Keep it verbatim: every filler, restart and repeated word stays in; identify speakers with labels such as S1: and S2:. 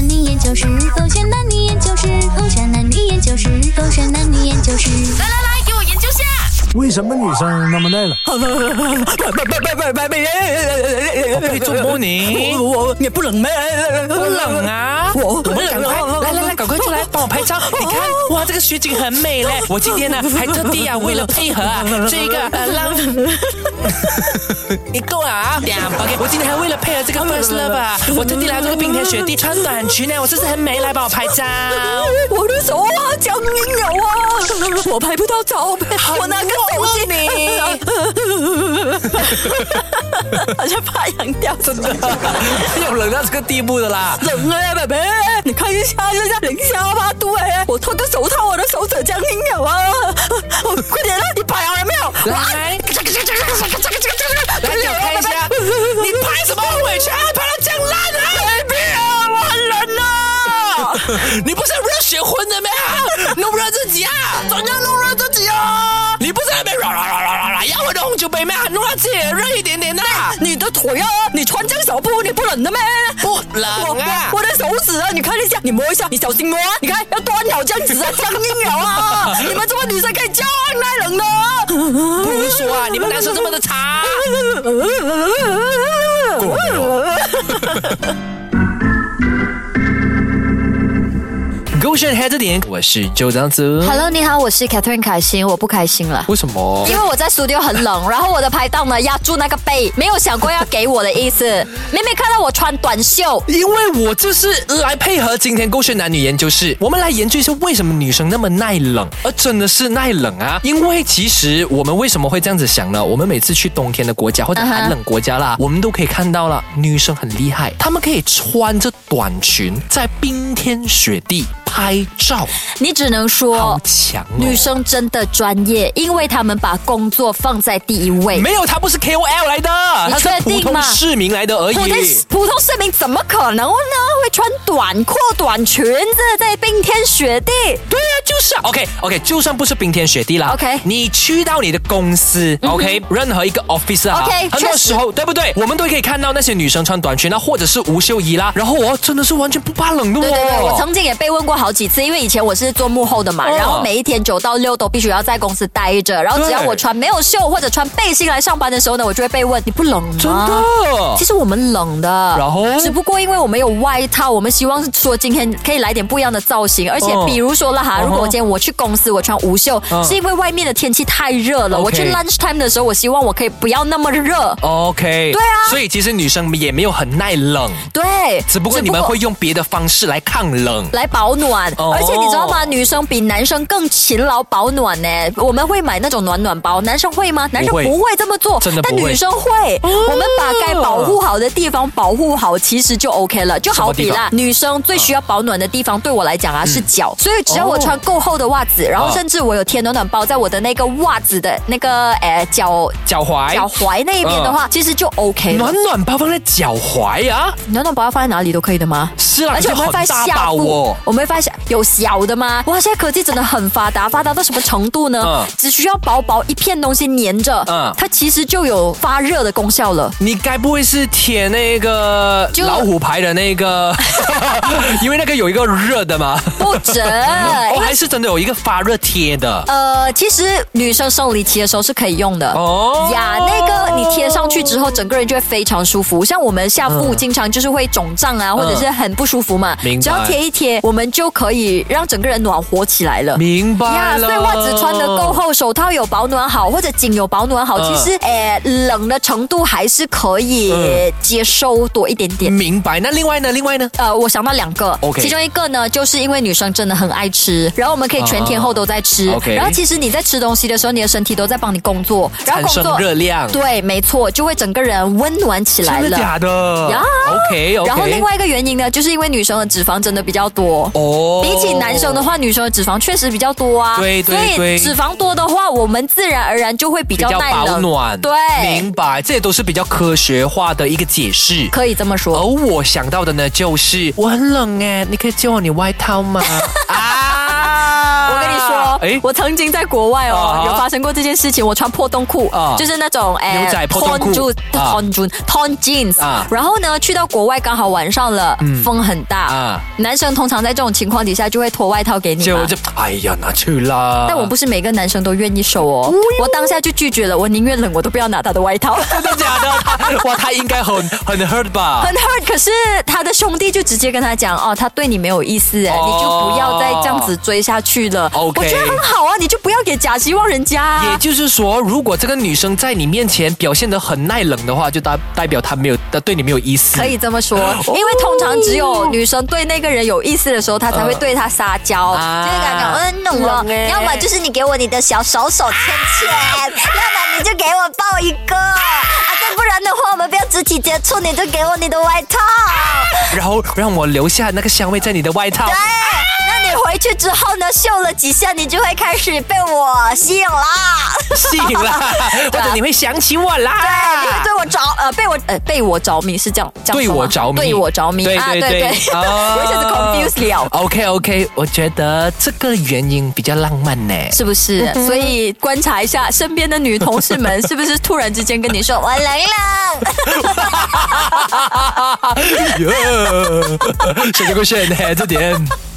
S1: 男女研究室，狗选男女研究室，狗选男女研究室，狗选男女研究室。
S2: 来来来，给我研究下。
S3: 为什么女生那么耐冷？
S4: 你做么你？
S5: 我也不冷咩？
S4: 不冷啊！
S5: 我
S4: 我们赶快来来来，赶快出来帮我拍照。你看，哇，这个雪景很美嘞！我今天呢还特地啊，为了配合啊这个呃浪，你够了啊！两 OK， 我今天还为了配合这个 First Love 啊，我特地来这个冰天雪地穿短裙呢，我是不是很美？来帮我拍照。
S5: 我的手啊，僵硬了啊！我拍不到照片，我拿个手机
S4: 你，
S5: 好像怕痒掉，真的
S4: 有冷到这个地步的啦！
S5: 冷了，宝贝，你看一下，现在零下八度哎！我脱个手套，我的手指僵硬了啊！快点啦，你拍好了没有？
S4: 来，来给我看一下，你拍什么尾圈？拍到这样烂啊！
S5: 别啊，我很冷啊！
S4: 你不是热血混的咩？弄不热自己啊？
S5: 怎样弄热自己啊？
S4: 你不是在那边啦啦啦啦啦要我的红酒杯咩？弄到自己热一点点的。
S5: 你的腿啊，你穿这样小布，你不冷的咩？
S4: 不冷啊！
S5: 我, 我, 我的手指啊，你看一下，你摸一下，你小心摸啊！你看要断了这样子啊，僵硬了啊！你们这么女生可以这样耐冷的？
S4: 不如说啊，你们男生这么的差。过了。勾选黑着点，我是周张子。
S6: Hello， 你好，我是 Catherine 凯欣，我不开心了。
S4: 为什么？
S6: 因为我在 studio 很冷，然后我的拍档呢压住那个背，没有想过要给我的意思。妹妹看到我穿短袖，
S4: 因为我就是来配合今天勾选男女研究室，我们来研究一下为什么女生那么耐冷，而真的是耐冷啊！因为其实我们为什么会这样子想呢？我们每次去冬天的国家或者寒冷国家啦， uh-huh. 我们都可以看到了，女生很厉害，她们可以穿着短裙在冰天雪地拍照。
S6: 你只能说
S4: 好强哦，
S6: 女生真的专业，因为她们把工作放在第一位。
S4: 没有，她不是 K O L 来的，她是普通市民来的而已。
S6: 普通普通市民怎么可能呢？会穿短裤、短裙子在冰天雪地？
S4: 对啊，就是啊。OK OK， 就算不是冰天雪地啦
S6: ，OK，
S4: 你去到你的公司、嗯、，OK， 任何一个 office 啊
S6: ，OK，
S4: 很多时候对不对？我们都可以看到那些女生穿短裙啊，或者是无袖衣啦，然后我真的是完全不怕冷的哦。
S6: 对对对，我曾经也被问过好几次，因为以前我是做幕后的嘛，哦、然后每一天九到六都必须要在公司待着，然后只要我穿没有袖或者穿背心来上班的时候呢，我就会被问你不冷吗？
S4: 真的？
S6: 其实我们冷的，
S4: 然后
S6: 只不过因为我们有外套，我们希望说今天可以来点不一样的造型，而且比如说了哈，哦、如果今天我去公司我穿无袖，哦、是因为外面的天气太热了， okay. 我去 lunch time 的时候，我希望我可以不要那么热。
S4: OK，
S6: 对啊，
S4: 所以其实女生也没有很耐冷，
S6: 对，
S4: 只不过你们会用别的方式来抗冷，
S6: 来保暖，哦、而且你知道吗？女生比男生更勤劳保暖呢。我们会买那种暖暖包，男生会吗？男生不会这么做，
S4: 真的不会，
S6: 但女生会。哦、我们把该保护好的地方保护好，其实就 OK 了。就好比啦，女生最需要保暖的地方，对我来讲啊、嗯、是脚，所以只要我穿够厚的袜子，然后甚至我有贴暖暖包在我的那个袜子的那个诶脚
S4: 脚踝
S6: 脚踝那一边的话，嗯、其实就 OK 了。
S4: 暖暖包放在脚踝啊？
S6: 暖暖包要放在哪里都可以的吗？
S4: 是啦，
S6: 而且我们会放在下部，
S4: 哦、
S6: 我们会放在有小的吗？哇，现在科技真的很发达，发达到什么程度呢？嗯、只需要薄薄一片东西粘着，嗯、它其实就有发热的功效了。
S4: 你该不会是贴那个老虎牌的那个？因为那个有一个热的嘛。
S6: 不准，
S4: 哦，还是真的有一个发热贴的。
S6: 呃，其实女生生理期的时候是可以用的。哦呀，那个你贴上去之后，整个人就会非常舒服。像我们下腹经常就是会肿胀啊，嗯、或者是很不舒服嘛，
S4: 明白，
S6: 只要贴一贴，我们就可以让整个人暖和起来了。
S4: 明白了。呀，
S6: 所以袜子穿得够厚，手套有保暖好，或者颈有保暖好，嗯、其实诶冷的程度还是可以接受多一点点。
S4: 明白。那另外呢？另外呢？
S6: 呃，我想到两个。
S4: OK。
S6: 其中一个呢，就是因为女生真的很爱吃，然后我们可以全天候都在吃。
S4: Uh, okay.
S6: 然后其实你在吃东西的时候，你的身体都在帮你工作，然后工作
S4: 产生热量。
S6: 对，没错，就会整个人温暖起来了。
S4: 真的假的？
S6: 呀
S4: ，OK OK。
S6: 然后另外一个原因呢，就是因为女生的脂肪真的比较多哦。比起男生的话，女生的脂肪确实比较多啊。
S4: 对对对。
S6: 所以脂肪多的话，我们自然而然就会比较耐冷。
S4: 比较保暖。
S6: 对，
S4: 明白，这也都是比较科学化的一个解释，
S6: 可以这么说。
S4: 而我想到的呢，就是我很冷哎，你可以借我你外套吗？啊！
S6: 我跟你说，
S4: 哎，
S6: 我曾经在国外哦，
S4: 啊
S6: 有发生过这件事情。我穿破洞裤，
S4: 啊
S6: 就是那种哎
S4: 牛仔破洞裤
S6: ton jeans ton jeans，
S4: 啊
S6: 然后呢，去到国外刚好晚上了，风很大
S4: 啊
S6: 男生通常在这种情况底下就会脱外套给你嘛。
S4: 就就哎呀，拿去啦。
S6: 但我不是每个男生都愿意收哦，我当下就拒绝了，我宁愿冷我都不要拿他的外套。
S4: 真的假的？他哇，他应该很很 hurt 吧？
S6: 很 hurt， 可是他的兄弟就直接跟他讲哦，他对你没有意思哎，
S4: 哦
S6: 你就不要再这样子追下去了。
S4: OK
S6: 我觉得很好啊，你就不要给假希望人家啊。
S4: 也就是说，如果这个女生在你面前表现得很耐冷的话，就代代表她没有对你没有意思。
S6: 可以这么说，因为通常只有女生对那个人有意思的时候，她才会对他撒娇，
S4: 啊
S6: 就是跟他讲，嗯，冷了，
S5: 冷欸
S6: 要么就是你给我你的小手手牵牵，要么你就给我抱一个，啊，再不然的话，我们不要肢体接触，你就给我你的外套。
S4: 然后让我留下那个香味在你的外套。
S6: 对，那你回去之后呢，嗅了几下，你就会开始被我吸引啦。
S4: 吸引啦，或者你会想起我啦。
S6: 对，你会对我着呃被我呃被我着迷是这样，这样
S4: 对
S6: 说吗
S4: 我着迷，
S6: 对我着迷啊，
S4: 对对对，
S6: 对对，我一下子 confuse 了。
S4: OK OK， 我觉得这个原因比较浪漫呢。
S6: 是不是？所以观察一下身边的女同事们，是不是突然之间跟你说我冷冷？
S4: 哟，这个故事呢，这点。